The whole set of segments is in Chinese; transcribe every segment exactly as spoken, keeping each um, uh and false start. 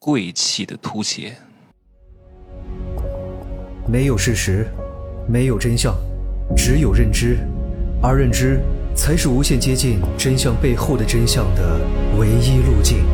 贵气的凸显。 没有事实，没有真相，只有认知，而认知才是无限接近真相背后的真相的唯一路径。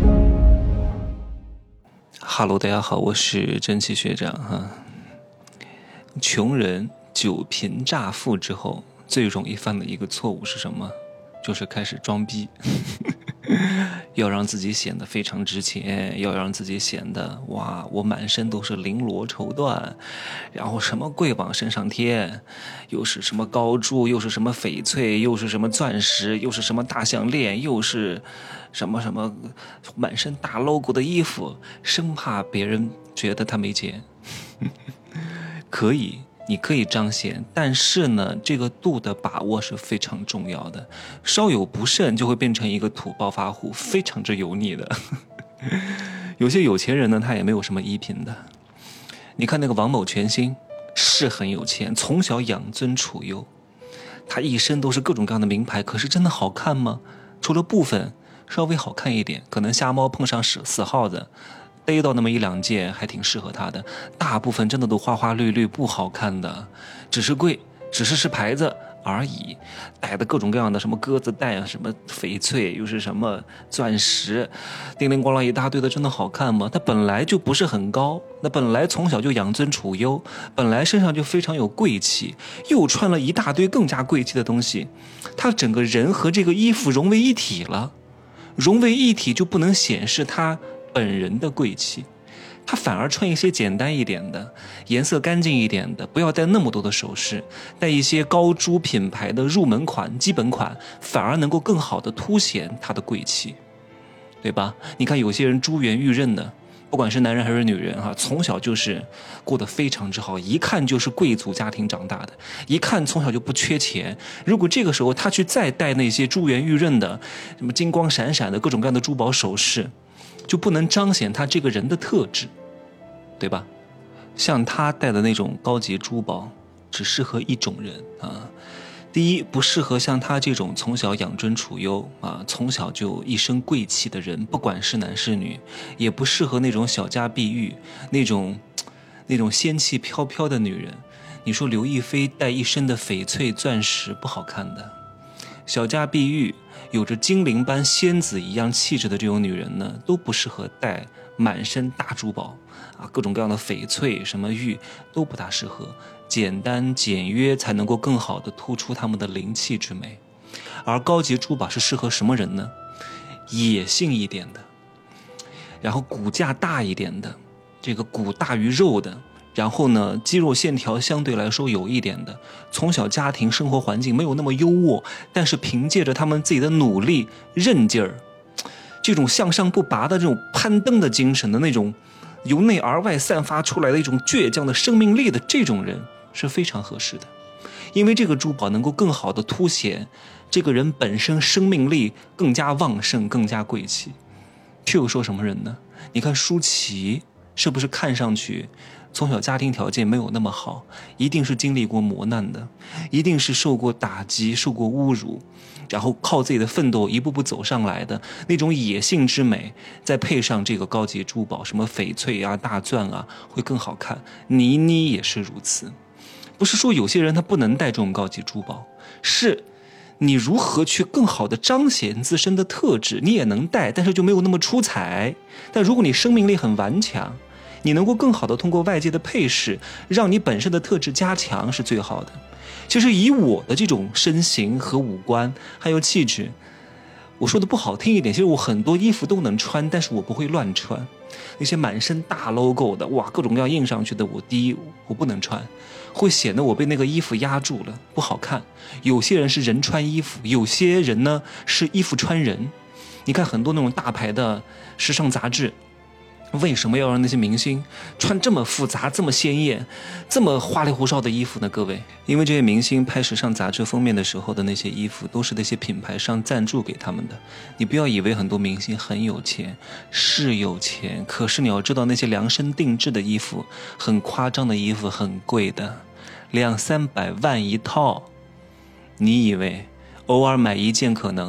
哈喽，大家好，我是真奇学长哈。穷人酒贫乍富之后，最容易犯的一个错误是什么？就是开始装逼。要让自己显得非常值钱，要让自己显得哇，我满身都是绫罗绸缎，然后什么贵往身上贴，又是什么高珠，又是什么翡翠，又是什么钻石，又是什么大项链，又是什么什么满身大 logo 的衣服，生怕别人觉得他没钱。可以你可以彰显，但是呢，这个度的把握是非常重要的，稍有不慎就会变成一个土暴发户，非常之油腻的。有些有钱人呢，他也没有什么衣品的。你看那个王某全兴是很有钱，从小养尊处优，他一身都是各种各样的名牌，可是真的好看吗？除了部分稍微好看一点，可能瞎猫碰上死死耗子，逮到那么一两件还挺适合他的，大部分真的都花花绿绿不好看的，只是贵，只是是牌子而已，戴的各种各样的什么鸽子带啊，什么翡翠，又是什么钻石，叮铃咣啷一大堆的，真的好看吗？他本来就不是很高，那本来从小就养尊处优，本来身上就非常有贵气，又穿了一大堆更加贵气的东西，他整个人和这个衣服融为一体了，融为一体就不能显示他本人的贵气，他反而穿一些简单一点的，颜色干净一点的，不要戴那么多的首饰，戴一些高珠品牌的入门款基本款，反而能够更好的凸显他的贵气，对吧？你看有些人珠圆玉刃的，不管是男人还是女人哈，从小就是过得非常之好，一看就是贵族家庭长大的，一看从小就不缺钱。如果这个时候他去再戴那些珠圆玉刃的，什么金光闪闪的各种各样的珠宝首饰，就不能彰显他这个人的特质，对吧？像他戴的那种高级珠宝只适合一种人啊。第一，不适合像他这种从小养尊处优啊，从小就一身贵气的人，不管是男是女，也不适合那种小家碧玉，那种那种仙气飘飘的女人。你说刘亦菲戴一身的翡翠钻石不好看的，小家碧玉有着精灵般仙子一样气质的这种女人呢，都不适合戴满身大珠宝啊，各种各样的翡翠什么玉都不大适合，简单简约才能够更好的突出她们的灵气之美。而高级珠宝是适合什么人呢？野性一点的，然后骨架大一点的，这个骨大于肉的，然后呢，肌肉线条相对来说有一点的，从小家庭生活环境没有那么优渥，但是凭借着他们自己的努力韧劲儿，这种向上不拔的这种攀登的精神的那种由内而外散发出来的一种倔强的生命力的这种人是非常合适的。因为这个珠宝能够更好的凸显这个人本身生命力更加旺盛，更加贵气。譬如说什么人呢？你看舒淇是不是看上去从小家庭条件没有那么好，一定是经历过磨难的，一定是受过打击，受过侮辱，然后靠自己的奋斗一步步走上来的那种野性之美，再配上这个高级珠宝，什么翡翠啊大钻啊，会更好看。倪妮也是如此。不是说有些人他不能戴这种高级珠宝，是你如何去更好的彰显自身的特质，你也能戴，但是就没有那么出彩。但如果你生命力很顽强，你能够更好的通过外界的配饰让你本身的特质加强，是最好的。其实以我的这种身形和五官还有气质，我说的不好听一点，其实我很多衣服都能穿，但是我不会乱穿。那些满身大 logo 的，哇，各种各样印上去的，我第一我不能穿，会显得我被那个衣服压住了，不好看。有些人是人穿衣服，有些人呢是衣服穿人。你看很多那种大牌的时尚杂志，为什么要让那些明星穿这么复杂、这么鲜艳、这么花里胡哨的衣服呢？各位，因为这些明星拍时尚杂志封面的时候的那些衣服都是那些品牌商赞助给他们的。你不要以为很多明星很有钱，是有钱，可是你要知道那些量身定制的衣服，很夸张的衣服，很贵的，两三百万一套。你以为偶尔买一件可能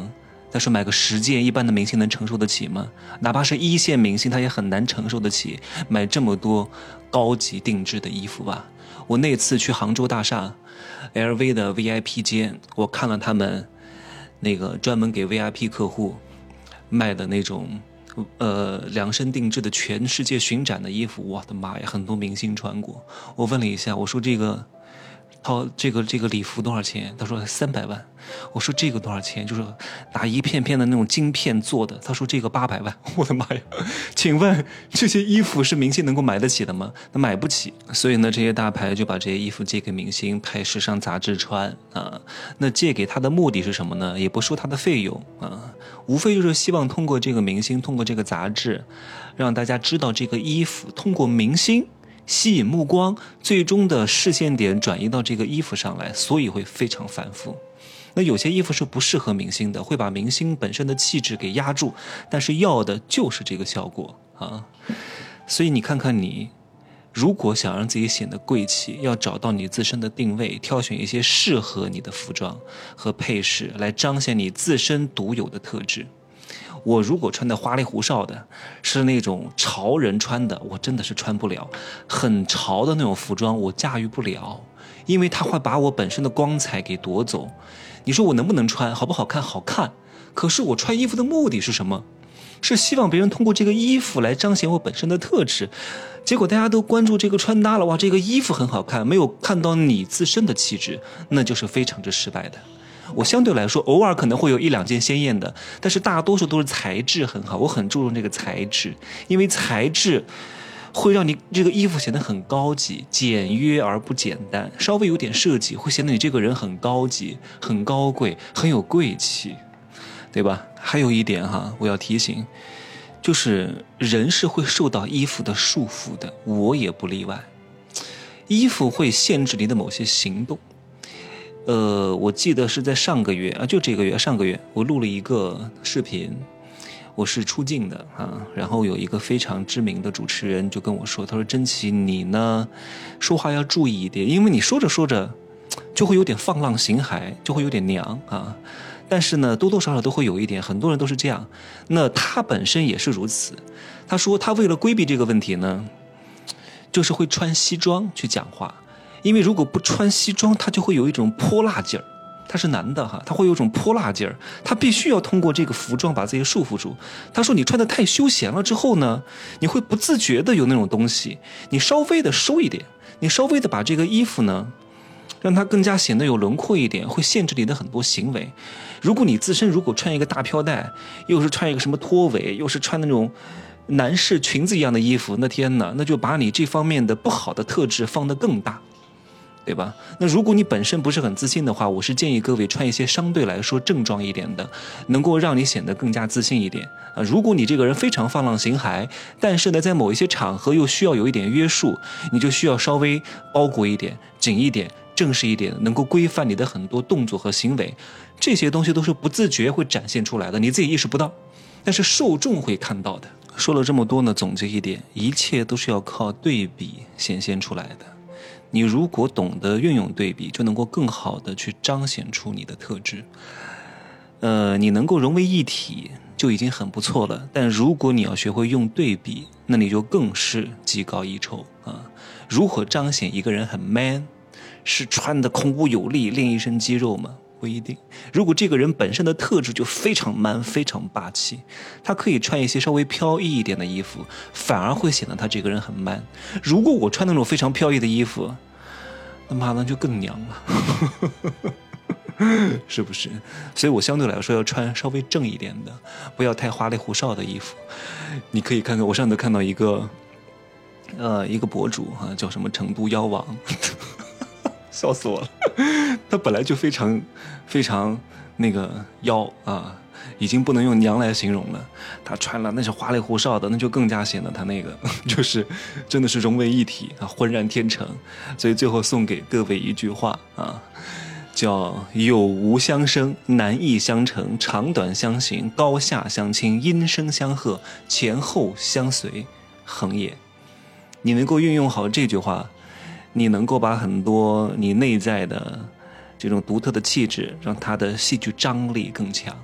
但是买个十件，一般的明星能承受得起吗？哪怕是一线明星，他也很难承受得起买这么多高级定制的衣服吧。我那次去杭州大厦 L V 的 V I P 间，我看了他们那个专门给 V I P 客户卖的那种呃量身定制的全世界巡展的衣服，我的妈呀，很多明星穿过。我问了一下，我说这个套这个这个礼服多少钱？他说三百万。我说这个多少钱？就是拿一片片的那种晶片做的。他说这个八百万。我的妈呀！请问这些衣服是明星能够买得起的吗？那买不起。所以呢，这些大牌就把这些衣服借给明星拍时尚杂志穿啊。那借给他的目的是什么呢？也不收他的费用啊，无非就是希望通过这个明星，通过这个杂志，让大家知道这个衣服，通过明星吸引目光，最终的视线点转移到这个衣服上来，所以会非常反复。那有些衣服是不适合明星的，会把明星本身的气质给压住，但是要的就是这个效果啊。所以你看看你，如果想让自己显得贵气，要找到你自身的定位，挑选一些适合你的服装和配饰，来彰显你自身独有的特质。我如果穿的花里胡哨的，是那种潮人穿的，我真的是穿不了。很潮的那种服装我驾驭不了，因为它会把我本身的光彩给夺走。你说我能不能穿，好不好看？好看。可是我穿衣服的目的是什么？是希望别人通过这个衣服来彰显我本身的特质。结果大家都关注这个穿搭了，哇，这个衣服很好看，没有看到你自身的气质，那就是非常之失败的。我相对来说偶尔可能会有一两件鲜艳的，但是大多数都是材质很好。我很注重这个材质，因为材质会让你这个衣服显得很高级，简约而不简单，稍微有点设计会显得你这个人很高级，很高贵，很有贵气，对吧？还有一点哈，我要提醒，就是人是会受到衣服的束缚的，我也不例外。衣服会限制你的某些行动。呃，我记得是在上个月啊，就这个月，上个月我录了一个视频，我是出镜的啊，然后有一个非常知名的主持人就跟我说，他说真奇，你呢说话要注意一点，因为你说着说着就会有点放浪形骸，就会有点娘啊。但是呢，多多少少都会有一点，很多人都是这样。那他本身也是如此。他说他为了规避这个问题呢，就是会穿西装去讲话。因为如果不穿西装，他就会有一种泼辣劲儿。他是男的哈，他会有一种泼辣劲儿，他必须要通过这个服装把自己束缚住。他说你穿得太休闲了之后呢，你会不自觉的有那种东西，你稍微的收一点，你稍微的把这个衣服呢，让它更加显得有轮廓一点，会限制你的很多行为。如果你自身如果穿一个大飘带，又是穿一个什么拖尾，又是穿那种男士裙子一样的衣服，那天哪，那就把你这方面的不好的特质放得更大。对吧？那如果你本身不是很自信的话，我是建议各位穿一些相对来说正装一点的，能够让你显得更加自信一点啊。如果你这个人非常放浪形骸，但是呢，在某一些场合又需要有一点约束，你就需要稍微包裹一点、紧一点、正式一点，能够规范你的很多动作和行为。这些东西都是不自觉会展现出来的，你自己意识不到，但是受众会看到的。说了这么多呢，总结一点，一切都是要靠对比显现出来的。你如果懂得运用对比，就能够更好的去彰显出你的特质。呃，你能够融为一体就已经很不错了。但如果你要学会用对比，那你就更是技高一筹啊！如何彰显一个人很 man？ 是穿的孔武有力，练一身肌肉吗？不一定。如果这个人本身的特质就非常 man， 非常霸气，他可以穿一些稍微飘逸一点的衣服，反而会显得他这个人很 man。如果我穿那种非常飘逸的衣服，那妈的就更娘了。是不是？所以我相对来说要穿稍微正一点的，不要太花里胡哨的衣服。你可以看看，我上次看到一个呃一个博主啊，叫什么成都妖王，笑死我了。他本来就非常非常那个妖啊，已经不能用娘来形容了。他穿了那是花里胡哨的，那就更加显得他那个就是真的是融为一体啊，浑然天成。所以最后送给各位一句话啊，叫有无相生，难易相成，长短相形，高下相倾，音声相和，前后相随，恒也。你能够运用好这句话，你能够把很多你内在的这种独特的气质，让它的戏剧张力更强，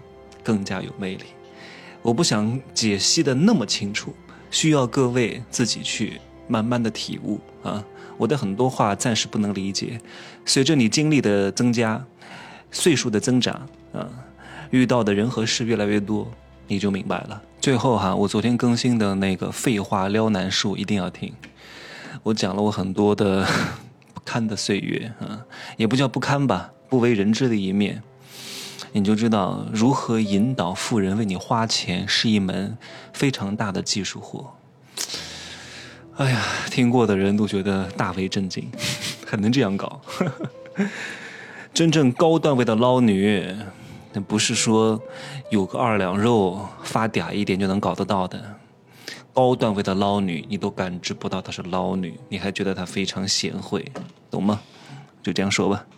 更加有魅力。我不想解析的那么清楚，需要各位自己去慢慢的体悟啊。我的很多话暂时不能理解，随着你经历的增加，岁数的增长啊，遇到的人和事越来越多，你就明白了。最后哈，我昨天更新的那个废话撩男术一定要听，我讲了我很多的不堪的岁月啊，也不叫不堪吧，不为人知的一面。你就知道如何引导富人为你花钱是一门非常大的技术活。哎呀，听过的人都觉得大为震惊，还能这样搞？真正高段位的捞女，那不是说有个二两肉发嗲一点就能搞得到的。高段位的捞女，你都感知不到她是捞女，你还觉得她非常贤惠，懂吗？就这样说吧。